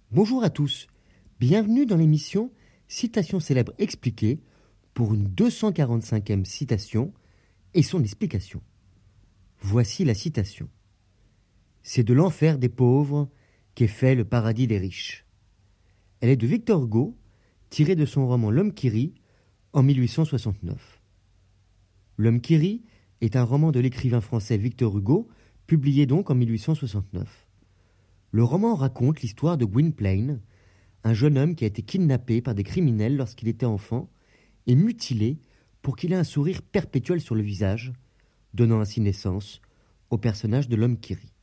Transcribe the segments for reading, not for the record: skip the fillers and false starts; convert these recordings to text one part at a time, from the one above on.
Bonjour à tous, bienvenue dans l'émission Citation célèbre expliquée pour une 245e citation et son explication. Voici la citation. C'est de l'enfer des pauvres qu'est fait le paradis des riches. Elle est de Victor Hugo, tirée de son roman L'Homme qui rit en 1869. L'Homme qui rit est un roman de l'écrivain français Victor Hugo, publié donc en 1869. Le roman raconte l'histoire de Gwynplaine, un jeune homme qui a été kidnappé par des criminels lorsqu'il était enfant et mutilé pour qu'il ait un sourire perpétuel sur le visage, donnant ainsi naissance au personnage de l'homme qui rit.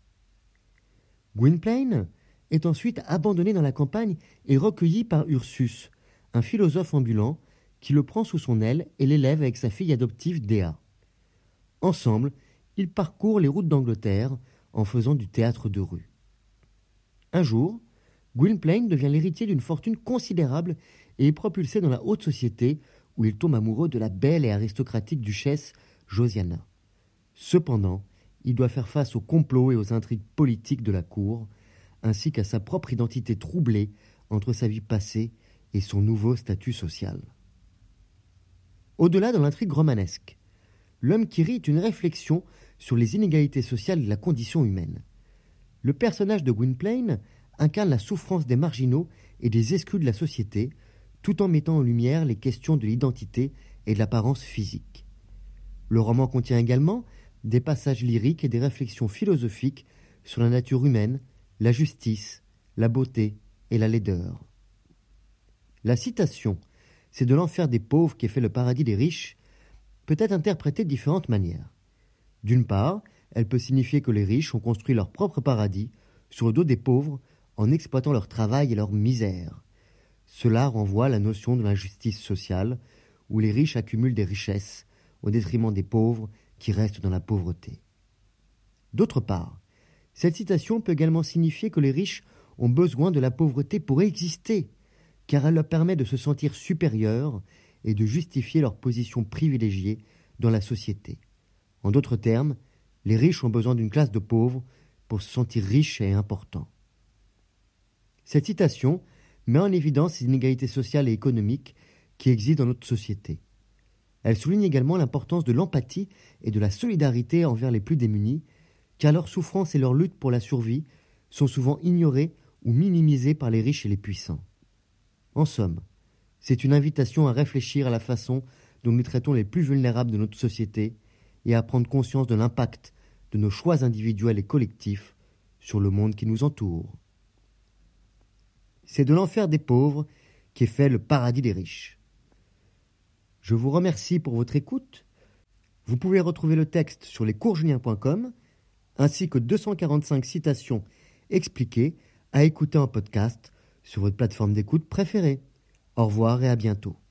Gwynplaine est ensuite abandonné dans la campagne et recueilli par Ursus, un philosophe ambulant qui le prend sous son aile et l'élève avec sa fille adoptive Dea. Ensemble, ils parcourent les routes d'Angleterre en faisant du théâtre de rue. Un jour, Gwynplaine devient l'héritier d'une fortune considérable et est propulsé dans la haute société où il tombe amoureux de la belle et aristocratique duchesse Josiana. Cependant, il doit faire face aux complots et aux intrigues politiques de la cour, ainsi qu'à sa propre identité troublée entre sa vie passée et son nouveau statut social. Au-delà de l'intrigue romanesque, L'Homme qui rit est une réflexion sur les inégalités sociales de la condition humaine. Le personnage de Gwynplaine incarne la souffrance des marginaux et des exclus de la société, tout en mettant en lumière les questions de l'identité et de l'apparence physique. Le roman contient également des passages lyriques et des réflexions philosophiques sur la nature humaine, la justice, la beauté et la laideur. La citation « C'est de l'enfer des pauvres qu'est fait le paradis des riches » peut être interprétée de différentes manières. D'une part, elle peut signifier que les riches ont construit leur propre paradis sur le dos des pauvres en exploitant leur travail et leur misère. Cela renvoie à la notion de l'injustice sociale, où les riches accumulent des richesses au détriment des pauvres qui restent dans la pauvreté. D'autre part, cette citation peut également signifier que les riches ont besoin de la pauvreté pour exister, car elle leur permet de se sentir supérieurs et de justifier leur position privilégiée dans la société. En d'autres termes, les riches ont besoin d'une classe de pauvres pour se sentir riches et importants. Cette citation met en évidence les inégalités sociales et économiques qui existent dans notre société. Elle souligne également l'importance de l'empathie et de la solidarité envers les plus démunis, car leurs souffrances et leur lutte pour la survie sont souvent ignorées ou minimisées par les riches et les puissants. En somme, c'est une invitation à réfléchir à la façon dont nous traitons les plus vulnérables de notre société et à prendre conscience de l'impact de nos choix individuels et collectifs sur le monde qui nous entoure. C'est de l'enfer des pauvres qu'est fait le paradis des riches. Je vous remercie pour votre écoute. Vous pouvez retrouver le texte sur lescoursjulien.com ainsi que 245 citations expliquées à écouter en podcast sur votre plateforme d'écoute préférée. Au revoir et à bientôt.